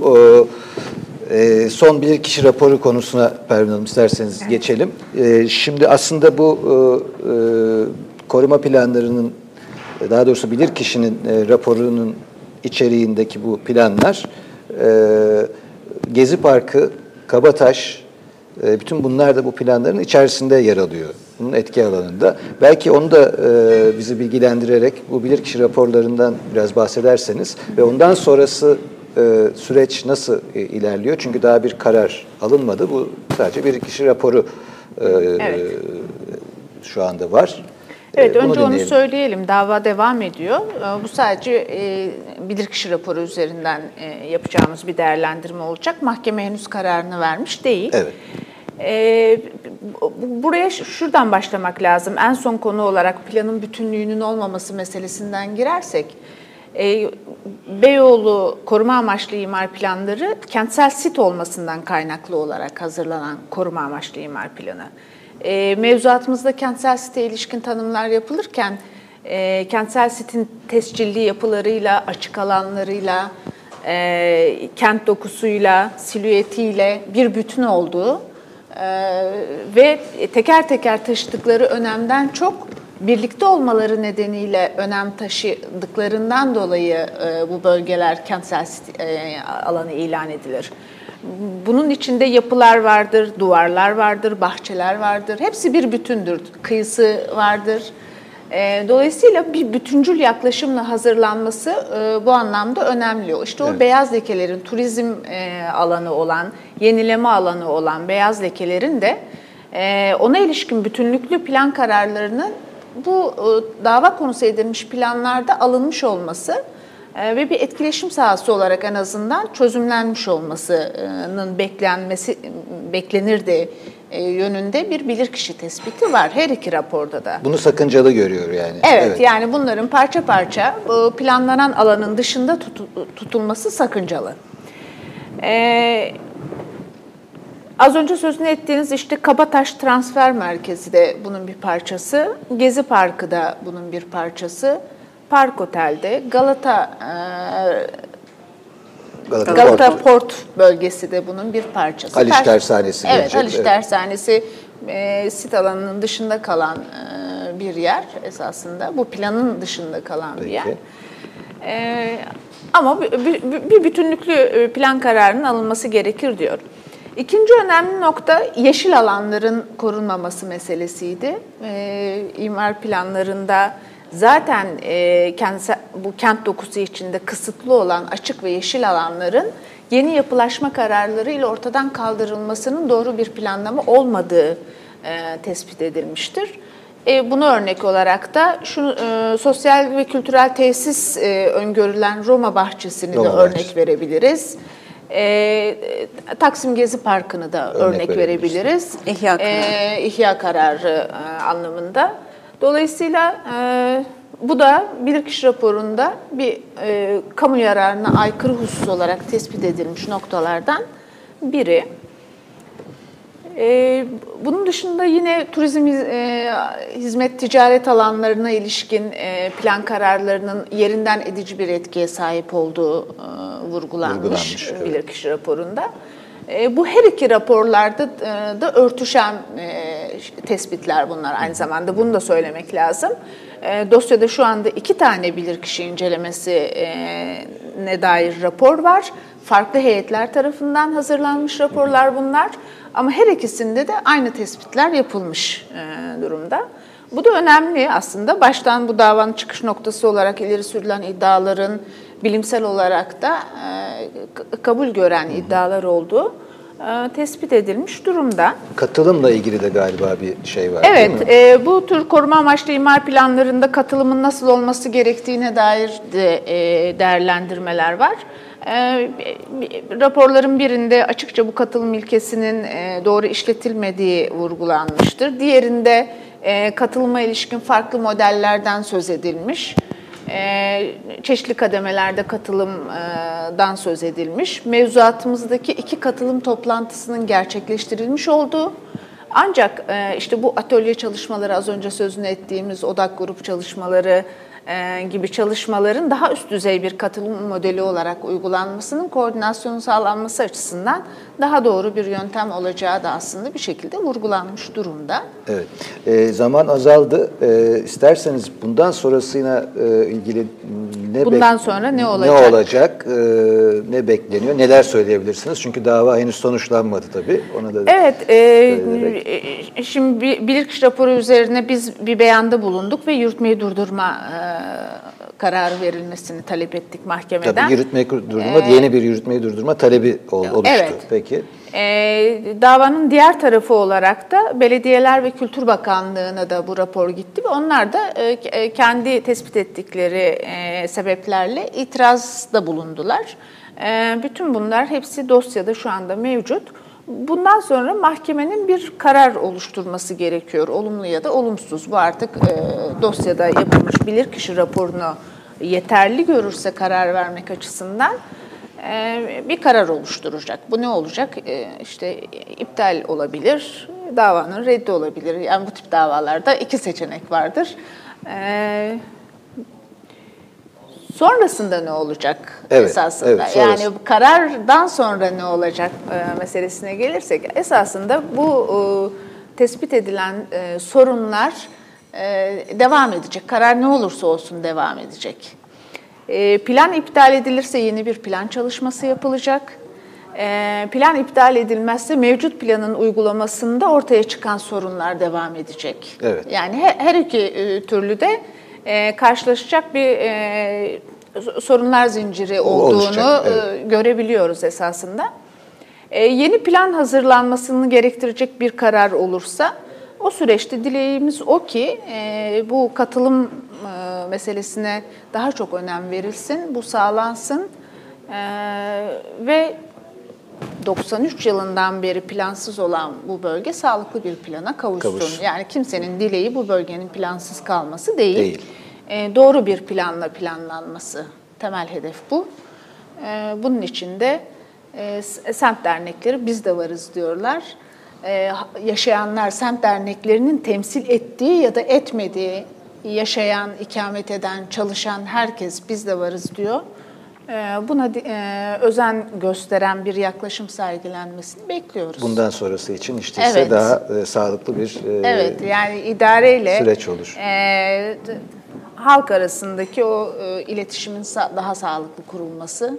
son bilirkişi raporu konusuna Pervin Hanım isterseniz geçelim. Şimdi aslında bu koruma planlarının, daha doğrusu bilirkişinin raporunun içeriğindeki bu planlar Gezi Parkı, Kabataş, bütün bunlar da bu planların içerisinde yer alıyor. Bunun etki alanında. Belki onu da bizi bilgilendirerek bu bilirkişi raporlarından biraz bahsederseniz ve ondan sonrası süreç nasıl ilerliyor? Çünkü daha bir karar alınmadı. Bu sadece bilirkişi raporu evet, şu anda var. Evet, önce onu söyleyelim. Dava devam ediyor. Bu sadece bilirkişi raporu üzerinden yapacağımız bir değerlendirme olacak. Mahkeme henüz kararını vermiş değil. Evet. Buraya şuradan başlamak lazım. En son konu olarak planın bütünlüğünün olmaması meselesinden girersek, Beyoğlu koruma amaçlı imar planları kentsel sit olmasından kaynaklı olarak hazırlanan koruma amaçlı imar planı. Mevzuatımızda kentsel site ilişkin tanımlar yapılırken kentsel sitin tescilli yapılarıyla, açık alanlarıyla, kent dokusuyla, silüetiyle bir bütün olduğu ve teker teker taşıdıkları önemden çok birlikte olmaları nedeniyle önem taşıdıklarından dolayı bu bölgeler kentsel alanı ilan edilir. Bunun içinde yapılar vardır, duvarlar vardır, bahçeler vardır. Hepsi bir bütündür. Kıyısı vardır. Dolayısıyla bir bütüncül yaklaşımla hazırlanması bu anlamda önemli. İşte o beyaz lekelerin turizm alanı olan, yenileme alanı olan beyaz lekelerin de ona ilişkin bütünlüklü plan kararlarının bu dava konusu edilmiş planlarda alınmış olması ve bir etkileşim sahası olarak en azından çözümlenmiş olmasının beklenirdi yönünde bir bilirkişi tespiti var her iki raporda da. Bunu sakıncalı görüyor yani. Evet, yani bunların parça parça planlanan alanın dışında tutulması sakıncalı. Az önce sözünü ettiğiniz işte Kabataş Transfer Merkezi de bunun bir parçası, Gezi Parkı da bunun bir parçası, Park Otel'de, Galata Port bölgesi de bunun bir parçası. Haliç Tersanesi Evet, gelecek. Haliç Tersanesi sit alanının dışında kalan bir yer esasında. Bu planın dışında kalan bir yer. Ama bir bütünlüklü plan kararının alınması gerekir diyor. İkinci önemli nokta yeşil alanların korunmaması meselesiydi. İmar planlarında zaten bu kent dokusu içinde kısıtlı olan açık ve yeşil alanların yeni yapılaşma kararlarıyla ortadan kaldırılmasının doğru bir planlama olmadığı tespit edilmiştir. Buna örnek olarak da sosyal ve kültürel tesis öngörülen Roma Bahçesi'ni de örnek verebiliriz. Taksim Gezi Parkı'nı da örnek verebiliriz. İhya kararı anlamında. Dolayısıyla bu da bilirkişi raporunda bir kamu yararına aykırı husus olarak tespit edilmiş noktalardan biri. Bunun dışında yine turizm hizmet ticaret alanlarına ilişkin plan kararlarının yerinden edici bir etkiye sahip olduğu vurgulanmış bilirkişi raporunda. Bu her iki raporlarda da örtüşen tespitler bunlar aynı zamanda. Bunu da söylemek lazım. Dosyada şu anda 2 tane bilirkişi incelemesine dair rapor var. Farklı heyetler tarafından hazırlanmış raporlar bunlar. Ama her ikisinde de aynı tespitler yapılmış durumda. Bu da önemli aslında. Baştan bu davanın çıkış noktası olarak ileri sürülen iddiaların bilimsel olarak da kabul gören iddialar olduğu tespit edilmiş durumda. Katılımla ilgili de galiba bir şey var, evet, değil mi? Bu tür koruma amaçlı imar planlarında katılımın nasıl olması gerektiğine dair de değerlendirmeler var. Raporların birinde açıkça bu katılım ilkesinin doğru işletilmediği vurgulanmıştır. Diğerinde katılıma ilişkin farklı modellerden söz edilmiş. Çeşitli kademelerde katılımdan söz edilmiş. Mevzuatımızdaki 2 katılım toplantısının gerçekleştirilmiş olduğu, ancak işte bu atölye çalışmaları, az önce sözünü ettiğimiz odak grup çalışmaları gibi çalışmaların daha üst düzey bir katılım modeli olarak uygulanmasının koordinasyonun sağlanması açısından daha doğru bir yöntem olacağı da aslında bir şekilde vurgulanmış durumda. Evet. Zaman azaldı. İsterseniz bundan sonrasıyla ilgili bundan sonra ne olacak? Ne olacak? Ne bekleniyor? Neler söyleyebilirsiniz? Çünkü dava henüz sonuçlanmadı tabii. Ona da evet. Şimdi bilirkişi raporu üzerine biz bir beyanda bulunduk ve yürütmeyi durdurma kararı verilmesini talep ettik mahkemeden. Tabii yürütmeyi durdurma, yeni bir yürütmeyi durdurma talebi oluştu. Evet. Peki. Davanın diğer tarafı olarak da Belediyeler ve Kültür Bakanlığı'na da bu rapor gitti ve onlar da kendi tespit ettikleri sebeplerle itirazda bulundular. Bütün bunlar hepsi dosyada şu anda mevcut. Bundan sonra mahkemenin bir karar oluşturması gerekiyor. Olumlu ya da olumsuz. Bu artık dosyada yapılmış bilirkişi raporunu yeterli görürse karar vermek açısından bir karar oluşturacak. Bu ne olacak? İşte iptal olabilir, davanın reddi olabilir. Yani bu tip davalarda 2 seçenek vardır. Sonrasında ne olacak esasında? Evet, yani karardan sonra ne olacak meselesine gelirsek, esasında bu tespit edilen sorunlar devam edecek. Karar ne olursa olsun devam edecek. Plan iptal edilirse yeni bir plan çalışması yapılacak. Plan iptal edilmezse mevcut planın uygulamasında ortaya çıkan sorunlar devam edecek. Evet. Yani her iki türlü de karşılaşacak bir sorunlar zinciri olduğunu görebiliyoruz esasında. Yeni plan hazırlanmasını gerektirecek bir karar olursa o süreçte dileğimiz o ki bu katılım meselesine daha çok önem verilsin, bu sağlansın ve 93 yılından beri plansız olan bu bölge sağlıklı bir plana kavuşsun. Yani kimsenin dileği bu bölgenin plansız kalması değil. Doğru bir planla planlanması. Temel hedef bu. Bunun için de semt dernekleri biz de varız diyorlar. Yaşayanlar semt derneklerinin temsil ettiği ya da etmediği, yaşayan, ikamet eden, çalışan herkes biz de varız diyor. Buna özen gösteren bir yaklaşım sergilenmesini bekliyoruz. Bundan sonrası için işte ise daha sağlıklı bir yani idareyle süreç olur. Halk arasındaki o iletişimin daha sağlıklı kurulması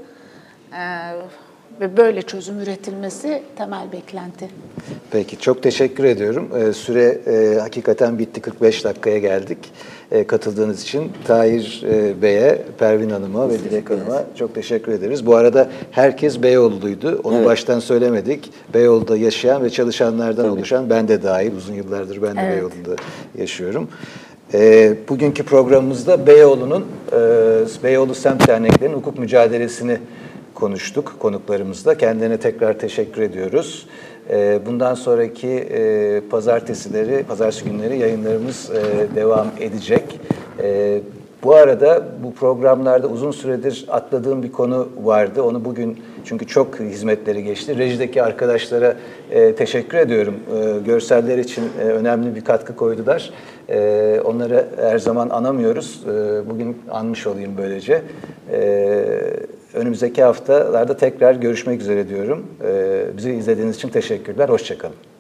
ve böyle çözüm üretilmesi temel beklenti. Peki, çok teşekkür ediyorum. Süre hakikaten bitti, 45 dakikaya geldik. Katıldığınız için Tahir Bey'e, Pervin Hanım'a ve Dilek Hanım'a çok teşekkür ederiz. Bu arada herkes Beyoğlu'luydu. Onu baştan söylemedik. Beyoğlu'da yaşayan ve çalışanlardan oluşan, ben de dahil, uzun yıllardır ben de Beyoğlu'nda yaşıyorum. Bugünkü programımızda Beyoğlu Semt Derneklerinin hukuk mücadelesini konuştuk konuklarımızla. Kendilerine tekrar teşekkür ediyoruz. Bundan sonraki pazartesi günleri yayınlarımız devam edecek. Bu arada bu programlarda uzun süredir atladığım bir konu vardı. Onu bugün, çünkü çok hizmetleri geçti. Rejideki arkadaşlara teşekkür ediyorum. Görseller için önemli bir katkı koydular. Onları her zaman anamıyoruz. Bugün anmış olayım böylece. Önümüzdeki haftalarda tekrar görüşmek üzere diyorum. Bizi izlediğiniz için teşekkürler. Hoşça kalın.